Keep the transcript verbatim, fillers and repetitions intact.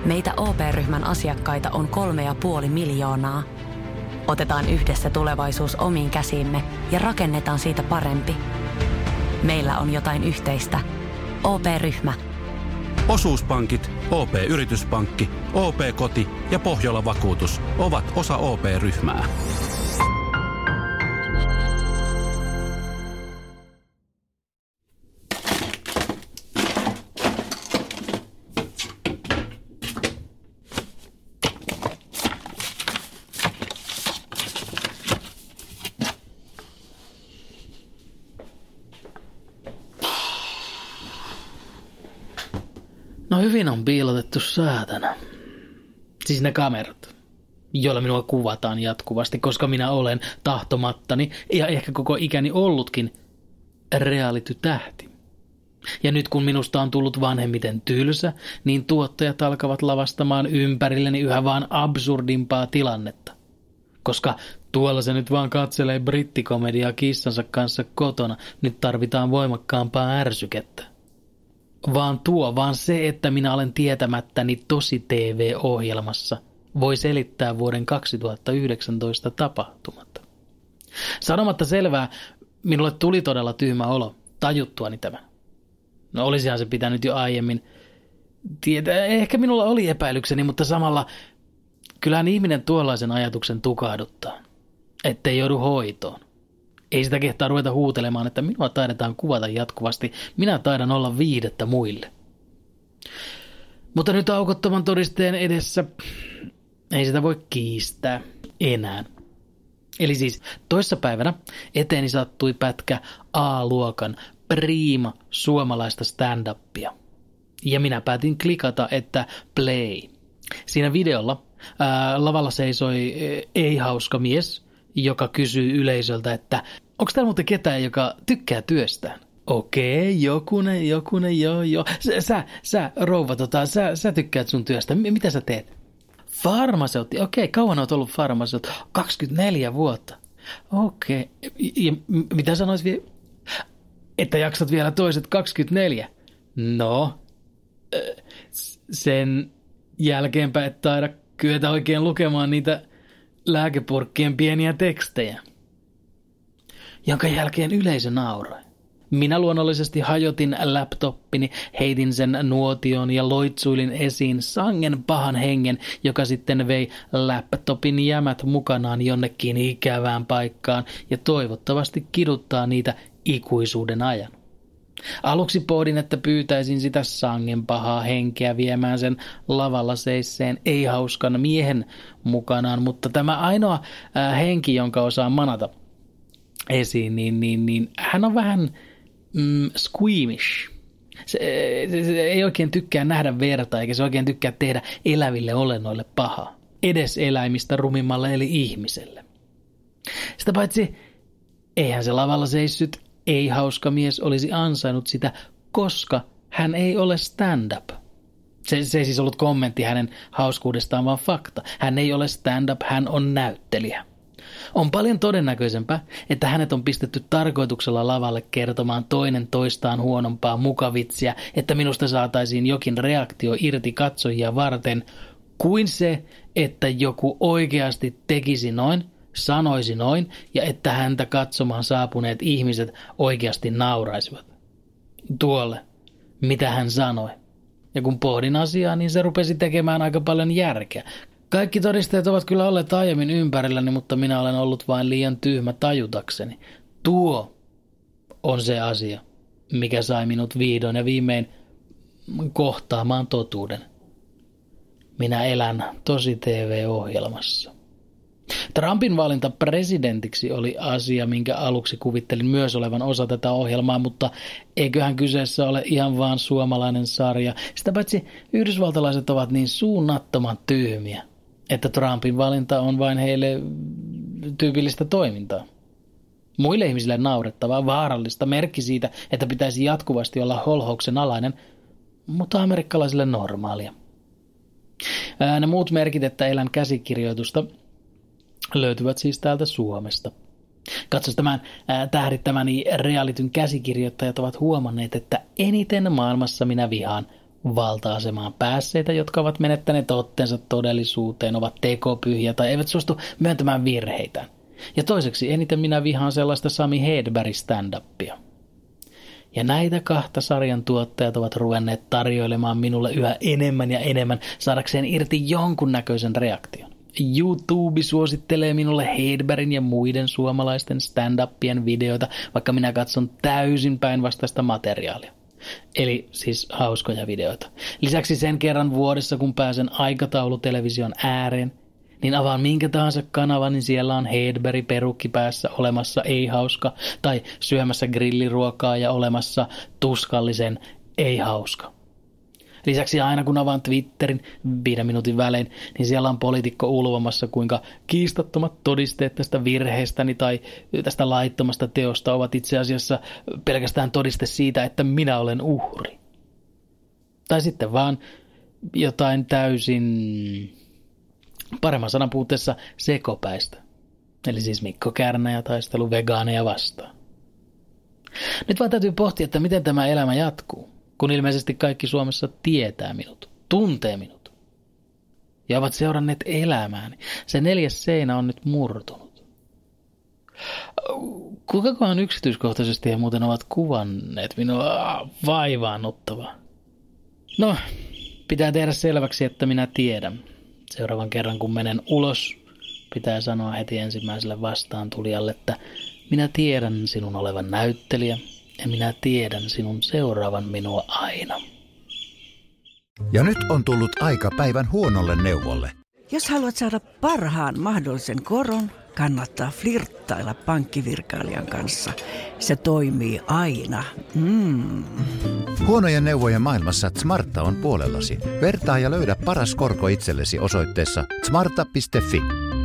Meitä O P-ryhmän asiakkaita on kolme ja puoli miljoonaa. Otetaan yhdessä tulevaisuus omiin käsiimme ja rakennetaan siitä parempi. Meillä on jotain yhteistä. O P-ryhmä. Osuuspankit, O P-yrityspankki, O P-koti ja Pohjola-vakuutus ovat osa O P-ryhmää. No hyvin on piilotettu saatana. Siis ne kamerat, joilla minua kuvataan jatkuvasti, koska minä olen tahtomattani ja ehkä koko ikäni ollutkin reality-tähti. Ja nyt kun minusta on tullut vanhemmiten tylsä, niin tuottajat alkavat lavastamaan ympärilleni yhä vaan absurdimpaa tilannetta. Koska tuolla se nyt vaan katselee brittikomediaa kissansa kanssa kotona, nyt tarvitaan voimakkaampaa ärsykettä. Vaan tuo, vaan se, että minä olen tietämättäni tosi T V-ohjelmassa, voi selittää vuoden kaksituhattayhdeksäntoista tapahtumat. Sanomatta selvää, minulle tuli todella tyhmä olo tajuttuani tämän. No olisihan se pitänyt jo aiemmin tietää. Ehkä minulla oli epäilykseni, mutta samalla kyllähän ihminen tuollaisen ajatuksen tukahduttaa, ettei joudu hoitoon. Ei sitä kehtaa ruveta huutelemaan, että minua taidetaan kuvata jatkuvasti. Minä taidan olla viihdettä muille. Mutta nyt aukottoman todisteen edessä ei sitä voi kiistää enää. Eli siis toissapäivänä eteeni sattui pätkä A-luokan prima suomalaista stand-upia. Ja minä päätin klikata, että play. Siinä videolla ää, lavalla seisoi ei-hauska mies, joka kysyy yleisöltä, että onko täällä muuten ketään, joka tykkää työstään? Okei, jokunen, jokunen, joo, joo. Sä, sä, sä rouva, tota, sä, sä tykkäät sun työstä. M- mitä sä teet? Farmaseutti. Okei, kauan oot ollut farmaseutti? kaksikymmentäneljä vuotta. Okei. Ja m- mitä sanois vielä? Että jaksat vielä toiset kaksikymmentäneljä. No, sen jälkeenpä et taida kyetä oikein lukemaan niitä lääkepurkkien pieniä tekstejä, jonka jälkeen yleisö nauroi. Minä luonnollisesti hajotin laptoppini, heitin sen nuotion ja loitsuilin esiin sangen pahan hengen, joka sitten vei laptopin jämät mukanaan jonnekin ikävään paikkaan ja toivottavasti kiduttaa niitä ikuisuuden ajan. Aluksi pohdin, että pyytäisin sitä sangen pahaa henkeä viemään sen lavalla seisseen ei-hauskan miehen mukanaan, mutta tämä ainoa äh, henki, jonka osaan manata esiin, niin, niin, niin hän on vähän mm, squeamish. Se, se, se ei oikein tykkää nähdä verta, eikä se oikein tykkää tehdä eläville olennoille pahaa. Edes eläimistä rumimmalle eli ihmiselle. Sitä paitsi eihän se lavalla seissyt ei-hauska mies olisi ansainnut sitä, koska hän ei ole stand-up. Se, se ei siis ollut kommentti hänen hauskuudestaan, vaan fakta. Hän ei ole stand-up, hän on näyttelijä. On paljon todennäköisempää, että hänet on pistetty tarkoituksella lavalle kertomaan toinen toistaan huonompaa mukavitsiä, että minusta saataisiin jokin reaktio irti katsojia varten, kuin se, että joku oikeasti tekisi noin, sanoisi noin ja että häntä katsomaan saapuneet ihmiset oikeasti nauraisivat. Tuolle, mitä hän sanoi. Ja kun pohdin asiaa, niin se rupesi tekemään aika paljon järkeä. Kaikki todisteet ovat kyllä olleet aiemmin ympärilläni, mutta minä olen ollut vain liian tyhmä tajutakseni. Tuo on se asia, mikä sai minut vihdoin ja viimein kohtaamaan totuuden. Minä elän tosi T V-ohjelmassa. Trumpin valinta presidentiksi oli asia, minkä aluksi kuvittelin myös olevan osa tätä ohjelmaa, mutta eiköhän kyseessä ole ihan vaan suomalainen sarja. Sitä paitsi yhdysvaltalaiset ovat niin suunnattoman tyhmiä, että Trumpin valinta on vain heille tyypillistä toimintaa. Muille ihmisille naurettavaa, vaarallista, merkki siitä, että pitäisi jatkuvasti olla holhouksen alainen, mutta amerikkalaisille normaalia. Ää, ne muut merkit, että elän käsikirjoitusta, löytyvät siis täältä Suomesta. Katsos tämän ää, tähdittämäni realityn käsikirjoittajat ovat huomanneet, että eniten maailmassa minä vihaan valta-asemaan päässeitä, jotka ovat menettäneet otteensa todellisuuteen, ovat tekopyhiä tai eivät suostu myöntämään virheitään. Ja toiseksi eniten minä vihaan sellaista Sami Hedberg stand-upia. Ja näitä kahta sarjan tuottajat ovat ruvenneet tarjoilemaan minulle yhä enemmän ja enemmän saadakseen irti jonkunnäköisen reaktion. YouTube suosittelee minulle Hedbergin ja muiden suomalaisten stand-upien videoita, vaikka minä katson täysin päinvastaista materiaalia. Eli siis hauskoja videoita. Lisäksi sen kerran vuodessa, kun pääsen aikataulutelevision ääreen, niin avaan minkä tahansa kanavan, niin siellä on Hedberg perukki päässä olemassa ei hauska, tai syömässä grilliruokaa ja olemassa tuskallisen ei hauska. Lisäksi aina kun avaan Twitterin viiden minuutin välein, niin siellä on poliitikko ulvomassa, kuinka kiistattomat todisteet tästä virheestäni tai tästä laittomasta teosta ovat itse asiassa pelkästään todiste siitä, että minä olen uhri. Tai sitten vaan jotain täysin paremman sanan puutteessa sekopäistä. Eli siis Mikko Kärnä ja taistelu vegaaneja vastaan. Nyt vaan täytyy pohtia, että miten tämä elämä jatkuu, kun ilmeisesti kaikki Suomessa tietää minut, tuntee minut ja ovat seuranneet elämääni. Se neljäs seinä on nyt murtunut. Kuinkakohan yksityiskohtaisesti he muuten ovat kuvanneet minua vaivaannuttavaa? No, pitää tehdä selväksi, että minä tiedän. Seuraavan kerran kun menen ulos, pitää sanoa heti ensimmäiselle vastaantulijalle, että minä tiedän sinun olevan näyttelijä ja minä tiedän sinun seuraavan minua aina. Ja nyt on tullut aika päivän huonolle neuvolle. Jos haluat saada parhaan mahdollisen koron, kannattaa flirttailla pankkivirkailijan kanssa. Se toimii aina. Mm. Huonojen neuvojen maailmassa Smarta on puolellasi. Vertaa ja löydä paras korko itsellesi osoitteessa smarta piste fi.